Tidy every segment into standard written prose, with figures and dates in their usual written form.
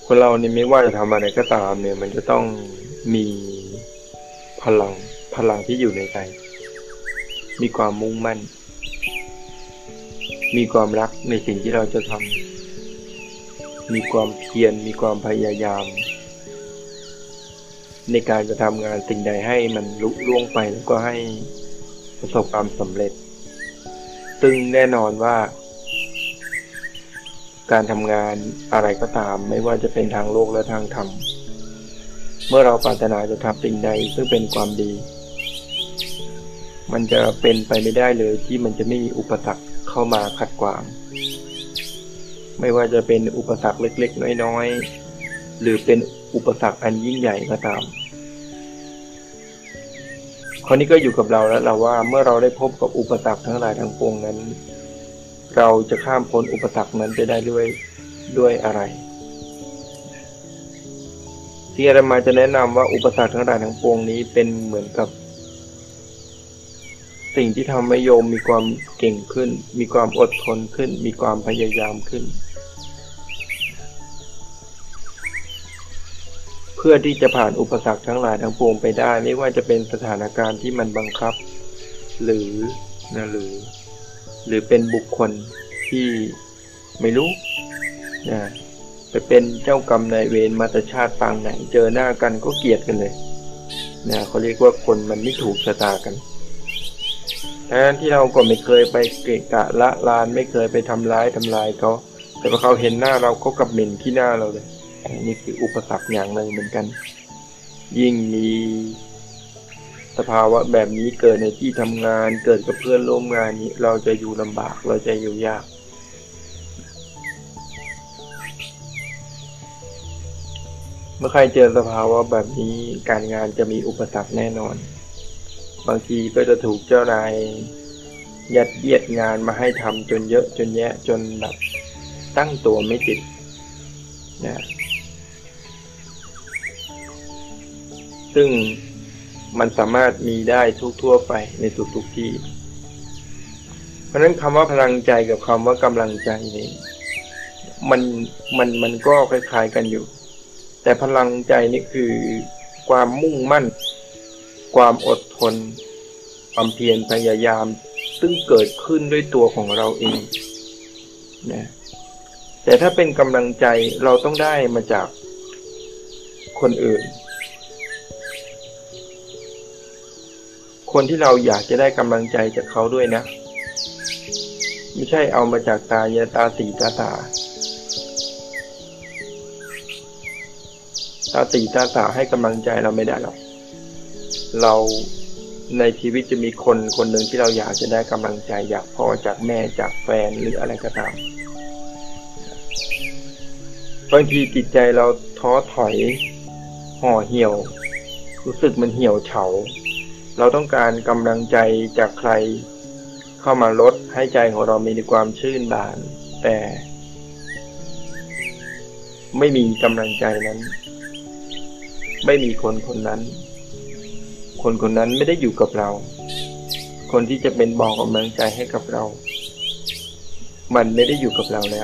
คนเราเนี่ยไม่ว่าจะทำอะไรก็ตามเนี่ยมันจะต้องมีพลังที่อยู่ในใจมีความมุ่งมั่นมีความรักในสิ่งที่เราจะทำมีความเพียรมีความพยายามในการจะทำงานสิ่งใดให้มันลุล่วงไปแล้วก็ให้ประสบความสำเร็จซึ่งแน่นอนว่าการทำงานอะไรก็ตามไม่ว่าจะเป็นทางโลกและทางธรรมเมื่อเราปรารถนาจะทำสิ่งใดซึ่งเป็นความดีมันจะเป็นไปไม่ได้เลยที่มันจะไม่มีอุปสรรคเข้ามาขัดขวางไม่ว่าจะเป็นอุปสรรคเล็กๆน้อยๆหรือเป็นอุปสรรคอันยิ่งใหญ่ก็ตามข้อนี้ก็อยู่กับเราแล้วว่าเมื่อเราได้พบกับอุปสรรคทั้งหลายทั้งปวงนั้นเราจะข้ามพ้นอุปสรรคนั้นไปได้ด้วยอะไรที่อาตมาจะแนะนำว่าอุปสรรคทั้งหลายทั้งปวงนี้เป็นเหมือนกับสิ่งที่ทำให้โยมมีความเก่งขึ้นมีความอดทนขึ้นมีความพยายามขึ้นเพื่อที่จะผ่านอุปสรรคทั้งหลายทั้งปวงไปได้ไม่ว่าจะเป็นสถานการณ์ที่มันบังคับหรือเป็นบุคคลที่ไม่รู้ไปเป็นเจ้ากรรมนายเวรมาแต่ชาติปางไหนเจอหน้ากันก็เกลียดกันเลยเขาเรียกว่าคนมันไม่ถูกชะตากันดังนั้นที่เราก็ไม่เคยไปเกะกะละลานไม่เคยไปทำร้ายเขาแต่พอเขาเห็นหน้าเราก็กลับเหม็นที่หน้าเราเลยนี่คืออุปสรรคอย่างหนึ่งเหมือนกันยิ่งมีสภาวะแบบนี้เกิดในที่ทำงานเกิดกับเพื่อนร่วมงานนี้เราจะอยู่ลำบากเราจะอยู่ยากเมื่อใครเจอสภาวะแบบนี้การงานจะมีอุปสรรคแน่นอนบางทีก็จะถูกเจ้านายยัดเยียดงานมาให้ทำจนเยอะจนแยะจนแบบตั้งตัวไม่ติดซึ่งมันสามารถมีได้ทั่วไปในทุกที่เพราะฉะนั้นคำว่าพลังใจกับคำว่ากำลังใจนี่มันก็คล้ายๆกันอยู่แต่พลังใจนี่คือความมุ่งมั่นความอดทนความเพียรพยายามซึ่งเกิดขึ้นด้วยตัวของเราเองแต่ถ้าเป็นกำลังใจเราต้องได้มาจากคนอื่นคนที่เราอยากจะได้กำลังใจจากเขาด้วยนะไม่ใช่เอามาจากตายาตาสีตาสาให้กำลังใจเราไม่ได้หรอกเราในชีวิตจะมีคนหนึ่งที่เราอยากจะได้กำลังใจจากพ่อจากแม่จากแฟนหรืออะไรก็ตามบางทีจิตใจเราท้อถอยห่อเหี่ยวรู้สึกมันเหี่ยวเฉาเราต้องการกำลังใจจากใครเข้ามาลดให้ใจของเรามีความชื่นบานแต่ไม่มีกำลังใจนั้นไม่มีคนนั้นไม่ได้อยู่กับเราคนที่จะเป็นบอกกำลังใจให้กับเรามันไม่ได้อยู่กับเราแล้ว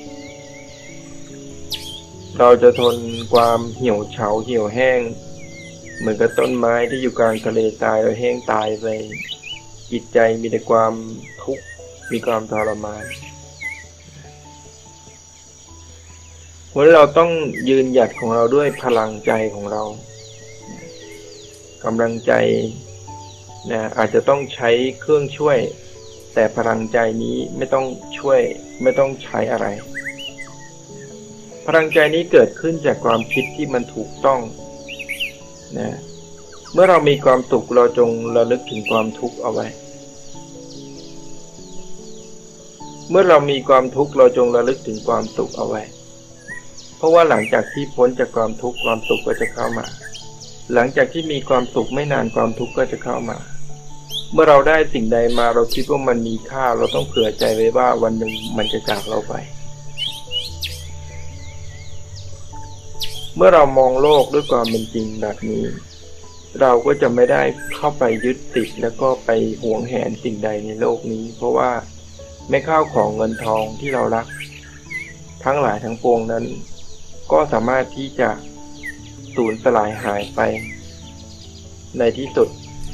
เราจะทนความเหี่ยวเฉาเหี่ยวแห้งเหมือนกับต้นไม้ที่อยู่กลางทะเลทรายแล้วแห้งตายไปจิตใจมีแต่ความทุกข์มีความทรมานเพราะเราต้องยืนหยัดของเราด้วยพลังใจของเรากำลังใจอาจจะต้องใช้เครื่องช่วยแต่พลังใจนี้ไม่ต้องช่วยไม่ต้องใช้อะไรพลังใจนี้เกิดขึ้นจากความคิดที่มันถูกต้องเมื่อเรามีความสุขเราจงระลึกถึงความทุกข์เอาไว้เมื่อเรามีความทุกข์เราจงระลึกถึงความสุขเอาไว้เพราะว่าหลังจากที่พ้นจากความทุกข์ความสุขก็จะเข้ามาหลังจากที่มีความสุขไม่นานความทุกข์ก็จะเข้ามาเมื่อเราได้สิ่งใดมาเราคิดว่ามันมีค่าเราต้องเผื่อใจไว้ว่าวันหนึ่งมันจะจากเราไปเมื่อเรามองโลกด้วยความเป็นจริงแบบนี้เราก็จะไม่ได้เข้าไปยึดติดแล้วก็ไปหวงแหนสิ่งใดในโลกนี้เพราะว่าไม่ข้าวของเงินทองที่เรารักทั้งหลายทั้งปวงนั้นก็สามารถที่จะสูญสลายหายไปในที่สุด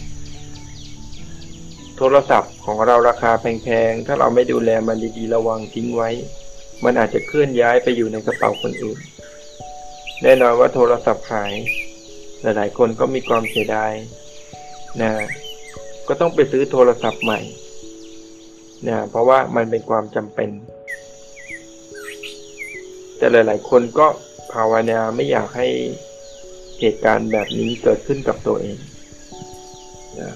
โทรศัพท์ของเราราคาแพงๆถ้าเราไม่ดูแลมันดีๆระวังทิ้งไว้มันอาจจะเคลื่อนย้ายไปอยู่ในกระเป๋าคนอื่นแน่นอนว่าโทรศัพท์หายหลายๆคนก็มีความเสียดายนะก็ต้องไปซื้อโทรศัพท์ใหม่นะเพราะว่ามันเป็นความจำเป็นแต่หลายๆคนก็ภาวนาไม่อยากให้เหตุการณ์แบบนี้เกิดขึ้นกับตัวเองนะ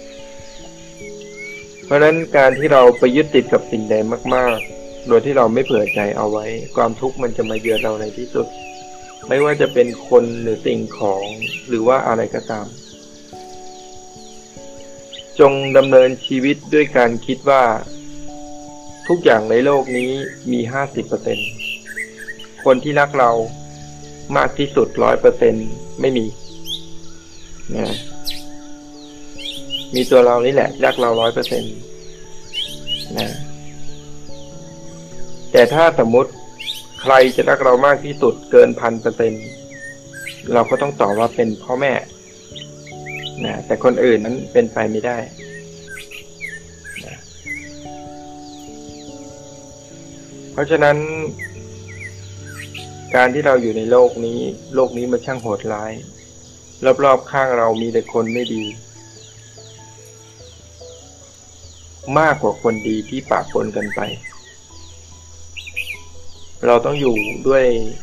เพราะฉะนั้นการที่เราไปยึดติดกับสิ่งใดมากๆโดยที่เราไม่เผื่อใจเอาไว้ความทุกข์มันจะมาเยือนเราในที่สุดไม่ว่าจะเป็นคนหรือสิ่งของหรือว่าอะไรก็ตามจงดำเนินชีวิตด้วยการคิดว่าทุกอย่างในโลกนี้มี 50% คนที่รักเรามากที่สุด 100% ไม่มีนะมีตัวเรานี่แหละรักเรา 100% นะแต่ถ้าสมมติใครจะรักเรามากที่สุดเกิน 1,000% เราก็ต้องตอบว่าเป็นพ่อแม่นะแต่คนอื่นนั้นเป็นไปไม่ได้นะเพราะฉะนั้นการที่เราอยู่ในโลกนี้มันช่างโหดร้ายรอบๆข้างเรามีแต่คนไม่ดีมากกว่าคนดีที่ปะปนกันไปเราต้องอยู่ด้วย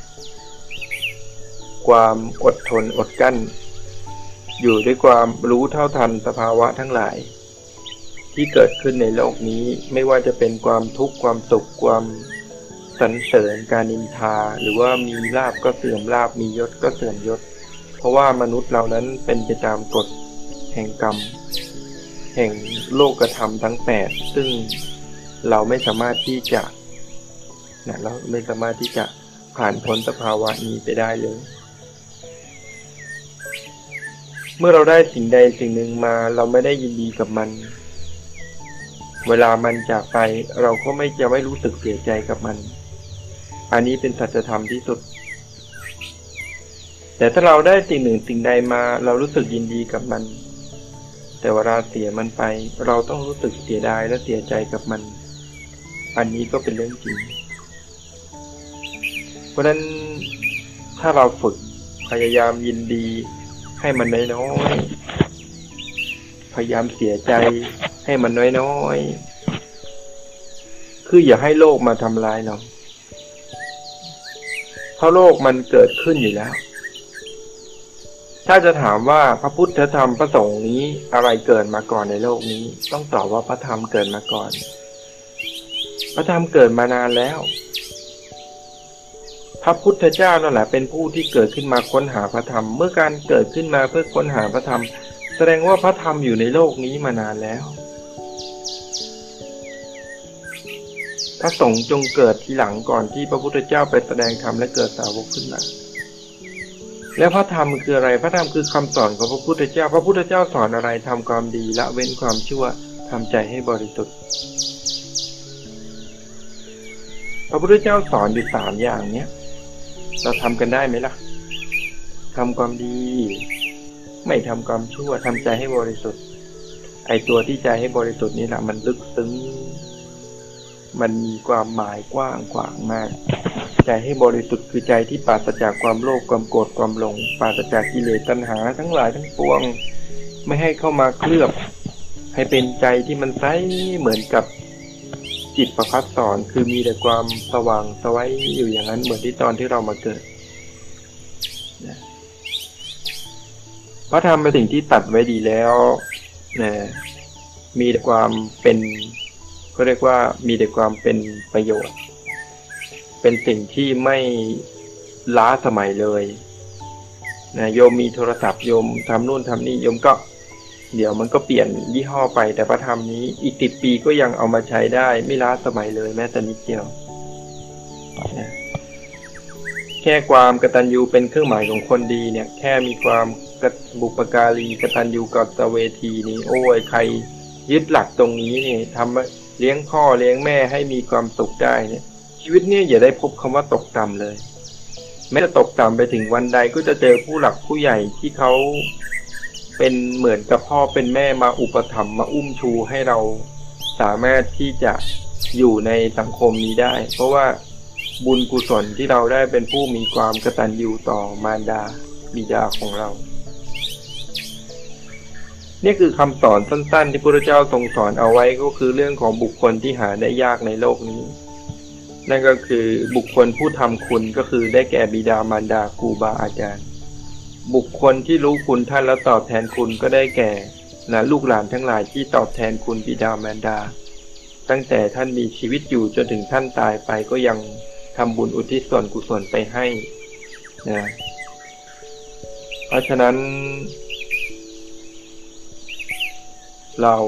ความอดทนอดกั้นอยู่ด้วยความรู้เท่าทันสภาวะทั้งหลายที่เกิดขึ้นในโลกนี้ไม่ว่าจะเป็นความทุกข์ความสุขความสรรเสริญการนินทาหรือว่ามีลาภก็เสื่อมลาภมียศก็เสื่อมยศเพราะว่ามนุษย์เรานั้นเป็นไปตามกฎแห่งกรรมแห่งโลกธรรมทั้ง8ซึ่งเราไม่สามารถที่จะเราไม่สามารถที่จะผ่านพ้นสภาวะนี้ไปได้เลยเมื่อเราได้สิ่งใดสิ่งหนึ่งมาเราไม่ได้ยินดีกับมันเวลามันจากไปเราก็จะไม่รู้สึกเสียใจกับมันอันนี้เป็นสัจธรรมที่สุดแต่ถ้าเราได้สิ่งหนึ่งสิ่งใดมาเรารู้สึกยินดีกับมันแต่เวลาเสียมันไปเราต้องรู้สึกเสียดายและเสียใจกับมันอันนี้ก็เป็นเรื่องจริงเพราะฉะนั้นถ้าเราฝึกพยายามยินดีให้มันน้อยๆพยายามเสียใจให้มันน้อยๆคืออย่าให้โลกมาทำลายเราเพราะโลกมันเกิดขึ้นอยู่แล้วถ้าจะถามว่าพระพุทธธรรมพระสงฆ์นี้อะไรเกิดมาก่อนในโลกนี้ต้องตอบว่าพระธรรมเกิดมาก่อนพระธรรมเกิดมานานแล้วพระพุทธเจ้านั่นแหละเป็นผู้ที่เกิดขึ้นมาค้นหาพระธรรมเมื่อการเกิดขึ้นมาเพื่อค้นหาพระธรรมแสดงว่าพระธรรมอยู่ในโลกนี้มานานแล้วพระสงฆ์จงเกิดทีหลังก่อนที่พระพุทธเจ้าไปแสดงธรรมและเกิดสาวกขึ้นมาแล้วพระธรรมคืออะไรพระธรรมคือคำสอนของพระพุทธเจ้าพระพุทธเจ้าสอนอะไรทำความดีละเว้นความชั่วทำใจให้บริสุทธิ์พระพุทธเจ้าสอนอยู่3อย่างเนี้ยเราทำกันได้ไหมล่ะทำความดีไม่ทำความชั่วทำใจให้บริสุทธิ์ไอตัวที่ใจให้บริสุทธิ์นี่แหละมันลึกซึ้งมันมีความหมายกว้างขวางมากใจให้บริสุทธิ์คือใจที่ปราศจากความโลภความโกรธความหลงปราศจากกิเลสตัณหาทั้งหลายทั้งปวงไม่ให้เข้ามาเคลือบให้เป็นใจที่มันใสเหมือนกับจิตประภัสสรคือมีแต่ความสว่างสวัยอยู่อย่างนั้นเหมือนที่ตอนที่เรามาเกิดพระธรรมเป็นสิ่งที่ตัดไว้ดีแล้วนะมีแต่ความเป็นก็เรียกว่ามีแต่ความเป็นประโยชน์เป็นสิ่งที่ไม่ล้าสมัยเลยนะโยมมีโทรศัพท์โยมทำนู่นทำนี่โยมก็เดี๋ยวมันก็เปลี่ยนยี่ห้อไปแต่พระธรรมนี้อีก10 ปีก็ยังเอามาใช้ได้ไม่ล้าสมัยเลยแม้แต่นิดเดียวนะแค่ความกตัญญูเป็นเครื่องหมายของคนดีเนี่ยแค่มีความบุปการีกตัญญูกตเวทีนี้โอ้ยใครยึดหลักตรงนี้นี่ทำเลี้ยงพ่อเลี้ยงแม่ให้มีความสุขได้เนี่ยชีวิตเนี่ยอย่าได้พบคำว่าตกต่ำเลยแม้จะตกต่ำไปถึงวันใดก็จะเจอผู้หลักผู้ใหญ่ที่เขาเป็นเหมือนกับพ่อเป็นแม่มาอุปถัมภ์มาอุ้มชูให้เราสามารถที่จะอยู่ในสังคมนี้ได้เพราะว่าบุญกุศลที่เราได้เป็นผู้มีความกตัญญูต่อมารดาบิดาของเรานี่คือคำสอนสั้นๆที่พระพุทธเจ้าทรงสอนเอาไว้ก็คือเรื่องของบุคคลที่หาได้ยากในโลกนี้นั่นก็คือบุคคลผู้ทำคุณก็คือได้แก่บิดามารดาครูบาอาจารย์บุคคลที่รู้คุณท่านแล้วตอบแทนคุณก็ได้แก่ลูกหลานทั้งหลายที่ตอบแทนคุณบิดามารดาตั้งแต่ท่านมีชีวิตอยู่จนถึงท่านตายไปก็ยังทำบุญอุทิศส่วนกุศลไปให้นะเพราะฉะนั้นเรา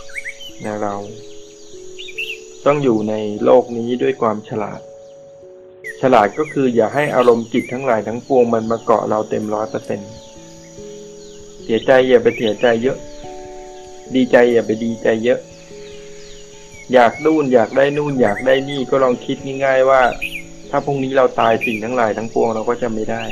ต้องอยู่ในโลกนี้ด้วยความฉลาดก็คืออย่าให้อารมณ์จิตทั้งหลายทั้งปวงมันมาเกาะเราเต็ม100%เสียใจอย่าไปเสียใจเยอะดีใจอย่าไปดีใจเยอะอยากนู่นอยากได้นู่นอยากได้นี่ก็ลองคิดง่ายๆว่าถ้าพรุ่งนี้เราตายสิ่งทั้งหลายทั้งปวงเราก็จะไม่ได้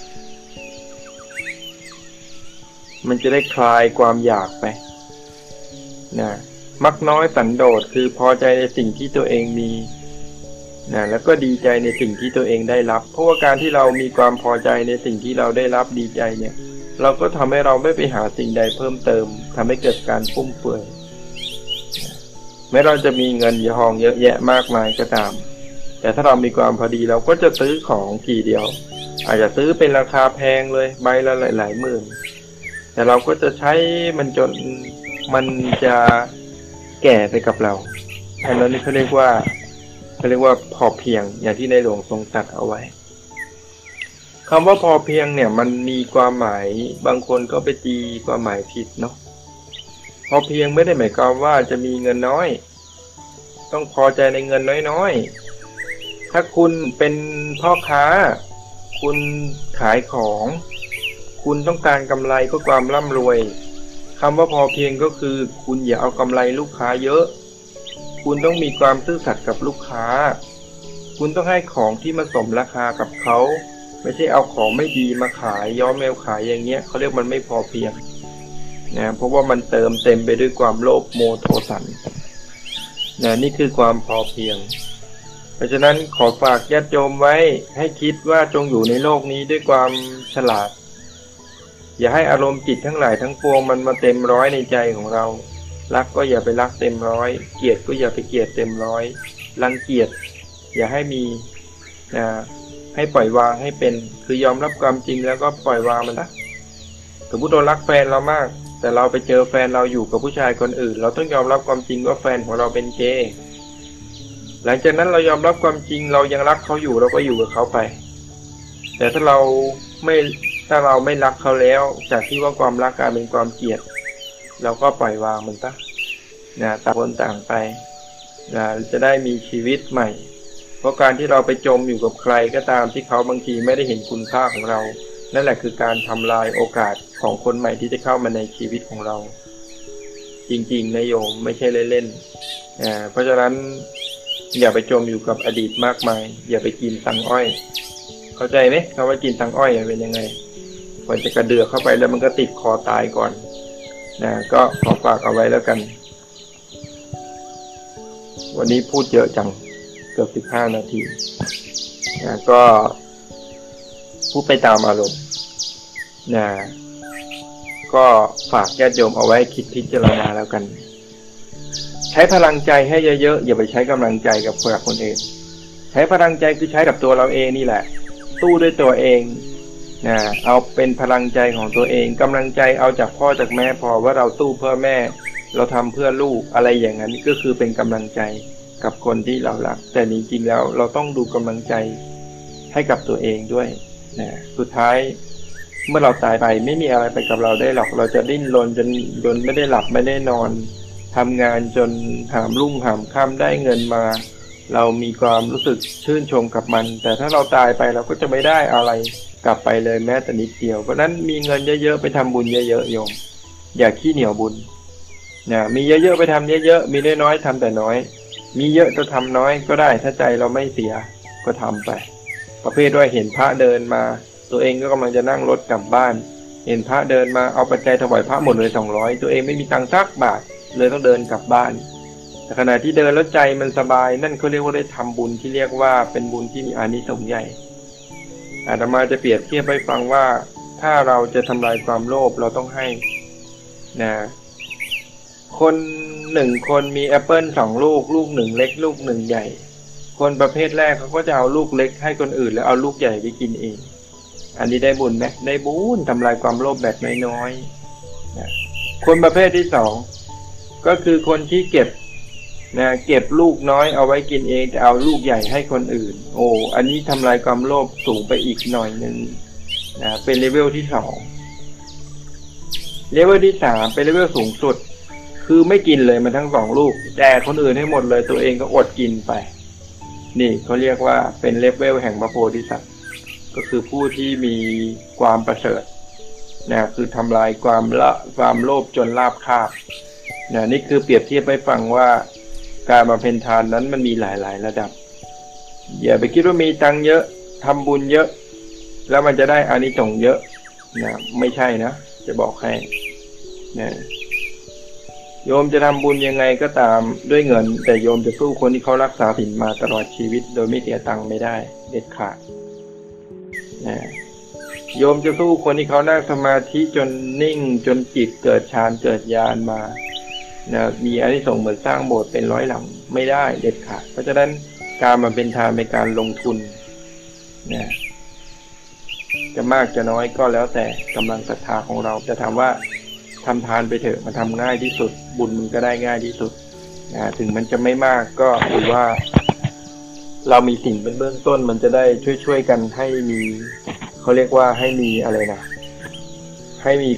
มันจะได้คลายความอยากไปนะมักน้อยสันโดษคือพอใจในสิ่งที่ตัวเองมีนะแล้วก็ดีใจในสิ่งที่ตัวเองได้รับเพราะว่าการที่เรามีความพอใจในสิ่งที่เราได้รับดีใจเนี่ยเราก็ทำให้เราไม่ไปหาสิ่งใดเพิ่มเติมทำให้เกิดการฟุ่มเฟือยแม้เราจะมีเงินทองเยอะแยะมากมายก็ตามแต่ถ้าเรามีความพอดีเราก็จะซื้อของทีเดียวอาจจะซื้อเป็นราคาแพงเลยใบละหลายหมื่นแต่เราก็จะใช้มันจนมันจะแก่ไปกับเราอันนั้นเขาเรียกว่าพอเพียงอย่างที่ในหลวงทรงตรัสเอาไว้คำว่าพอเพียงเนี่ยมันมีความหมายบางคนก็ไปตีความหมายผิดเนาะพอเพียงไม่ได้หมายความว่าจะมีเงินน้อยต้องพอใจในเงินน้อยๆถ้าคุณเป็นพ่อค้าคุณขายของคุณต้องการกำไรเพื่อความร่ำรวยคำว่าพอเพียงก็คือคุณอย่าเอากำไรลูกค้าเยอะคุณต้องมีความซื่อสัตย์กับลูกค้าคุณต้องให้ของที่มาสมราคากับเขาไม่ใช่เอาของไม่ดีมาขายย้อมแมวขายอย่างเงี้ยเขาเรียกมันไม่พอเพียงนะเพราะว่ามันเติมเต็มไปด้วยความโลภโมโทสันนะนี่คือความพอเพียงเพราะฉะนั้นขอฝากญาติโยมไว้ให้คิดว่าจงอยู่ในโลกนี้ด้วยความฉลาดอย่าให้อารมณ์จิตทั้งหลายทั้งปวงมันมาเต็มร้อยในใจของเรารักก็อย่าไปรักเต็มร้อยเกลียดก็อย่าไปเกลียดเต็มร้อยรังเกียจอย่าให้มีให้ปล่อยวางให้เป็นคือยอมรับความจริงแล้วก็ปล่อยวางมันนะสมมติเรารักแฟนเรามากแต่เราไปเจอแฟนเราอยู่กับผู้ชายคนอื่นเราต้องยอมรับความจริงว่าแฟนของเราเป็นเกย์หลังจากนั้นเรายอมรับความจริงเรายังรักเขาอยู่เราก็อยู่กับเขาไปแต่ถ้าเราไม่รักเขาแล้วจากที่ว่าความรักกลายเป็นความเกลียดเราก็ปล่อยวางมันซะต่างคนต่างไปจะได้มีชีวิตใหม่เพราะการที่เราไปจมอยู่กับใครก็ตามที่เขาบางทีไม่ได้เห็นคุณค่าของเรานั่นแหละคือการทำลายโอกาสของคนใหม่ที่จะเข้ามาในชีวิตของเราจริงๆนะโยมไม่ใช่เล่นๆเพราะฉะนั้นอย่าไปจมอยู่กับอดีตมากมายอย่าไปกินตังอ้อยเข้าใจไหมคำว่ากินตังอ้อยเป็นยังไงพอจะกระเดือกเข้าไปแล้วมันก็ติดคอตายก่อนก็ขอฝากเอาไว้แล้วกันวันนี้พูดเยอะจังเกือบ15 นาทีก็พูดไปตามอารมณ์ก็ฝากญาติโยมเอาไว้คิดพิจารณาแล้วกันใช้พลังใจให้เยอะๆอย่าไปใช้กำลังใจกับคนอื่นใช้พลังใจคือใช้กับตัวเราเองนี่แหละสู้ด้วยตัวเองเอาเป็นพลังใจของตัวเองกำลังใจเอาจากพ่อจากแม่พอว่าเราสู้เพื่อแม่เราทำเพื่อลูกอะไรอย่างนั้นก็คือเป็นกำลังใจกับคนที่เรารักแต่จริงๆแล้วเราต้องดูกำลังใจให้กับตัวเองด้วยสุดท้ายเมื่อเราตายไปไม่มีอะไรไปกับเราได้หรอกเราจะดิ้นรนจนไม่ได้หลับไม่ได้นอนทำงานจนหามรุ่งหามค่ำได้เงินมาเรามีความรู้สึกชื่นชมกับมันแต่ถ้าเราตายไปเราก็จะไม่ได้อะไรกลับไปเลยแม้แต่นิดเดียวเพราะนั้นมีเงินเยอะๆไปทำบุญเยอะๆโยมอย่าขี้เหนียวบุญมีเยอะๆไปทำเยอะๆมีน้อยๆทำแต่น้อยมีเยอะจะทำน้อยก็ได้ถ้าใจเราไม่เสียก็ทำไปประเภทว่าเห็นพระเดินมา ตัวเองก็กำลังจะนั่งรถกลับบ้าน เห็นพระเดินมาเอาปัจจัยถวายพระหมดเลย200ตัวเองไม่มีตังค์สักบาทเลยต้องเดินกลับบ้านแต่ขณะที่เดินแล้วใจมันสบายนั่นเขาเรียกว่าได้ทำบุญที่เรียกว่าเป็นบุญที่มีอานิสงส์ใหญ่อาตมาจะเปรียบเทียบให้ฟังว่าถ้าเราจะทำลายความโลภเราต้องให้นะคน1คนมีแอปเปิล2ลูกลูก1เล็กลูก1ใหญ่คนประเภทแรกเขาก็จะเอาลูกเล็กให้คนอื่นแล้วเอาลูกใหญ่ไปกินเองอันนี้ได้บุญไหมได้บุญทำลายความโลภแบบน้อยๆนะคนประเภทที่2ก็คือคนที่เก็บลูกน้อยเอาไว้กินเองแต่เอาลูกใหญ่ให้คนอื่นโอ้อันนี้ทำลายความโลภสูงไปอีกหน่อยนึงนะเป็นเลเวลที่2เลเวลที่3เป็นเลเวลสูงสุดคือไม่กินเลยมันทั้ง2ลูกแต่คนอื่นให้หมดเลยตัวเองก็อดกินไปนี่เขาเรียกว่าเป็นเลเวลแห่งพระโพธิสัตว์ก็คือผู้ที่มีความประเสริฐนะคือทำลายความโลภจนราบคาบนะนี่คือเปรียบเทียบให้ฟังว่าการบำเพ็ญทานนั้นมันมีหลายๆระดับอย่าไปคิดว่ามีตังค์เยอะทำบุญเยอะแล้วมันจะได้อานิสงส์เยอะนะไม่ใช่นะจะบอกให้นะโยมจะทำบุญยังไงก็ตามด้วยเงินแต่โยมจะสู้คนที่เขารักษาศีลมาตลอดชีวิตโดยไม่เสียตังค์ไม่ได้เด็ดขาดนะโยมจะสู้คนที่เขานั่งสมาธิจนนิ่งจนจิตเกิดฌานเกิดญาณมานะมีอานิสงส์เหมือนสร้างโบสถ์เป็น100 หลังไม่ได้เด็ดขาดเพราะฉะนั้นการมาเป็นทานเป็นการลงทุนนะจะมากจะน้อยก็แล้วแต่กำลังศรัทธาของเราจะถามว่าทำทานไปเถอะมันทำง่ายที่สุดบุญมันก็ได้ง่ายที่สุดนะถึงมันจะไม่มากก็ถือว่าเรามีสิ่งเป็นเบื้องต้นมันจะได้ช่วยกันให้มีเขาเรียกว่าให้มีอะไรนะให้มี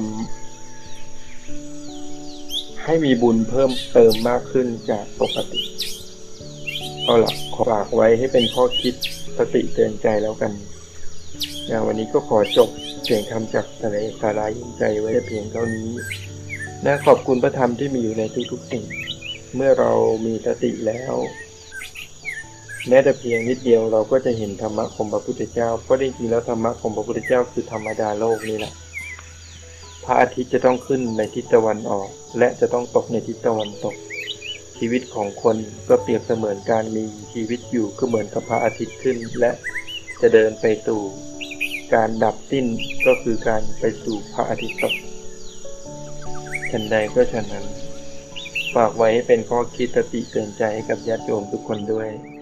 บุญเพิ่มเติมมากขึ้นจากปกติเอาล่ะขอฝากไว้ให้เป็นข้อคิดสติเตือนใจแล้วกันวันนี้ก็ขอจบเสียงคำจากทนายสารายิ้มใจไว้เพียงเท่านี้ขอบคุณพระธรรมที่มีอยู่ในทุกๆสิ่งเมื่อเรามีสติแล้วแม้แต่เพียงนิดเดียวเราก็จะเห็นธรรมะของพระพุทธเจ้าเพราะจริงๆแล้วธรรมะของพระพุทธเจ้าคือธรรมดาโลกนี่แหละพระอาทิตย์จะต้องขึ้นในทิศตะวันออกและจะต้องตกในทิศตะวันตกชีวิตของคนก็เปรียบเสมือนการมีชีวิตอยู่ก็เหมือนกับพระอาทิตย์ขึ้นและจะเดินไปสู่การดับสิ้นก็คือการไปสู่พระอาทิตย์ตกฉันใดก็ฉะนั้นฝากไว้ให้เป็นข้อคิดสติเตือนใจให้กับญาติโยมทุกคนด้วย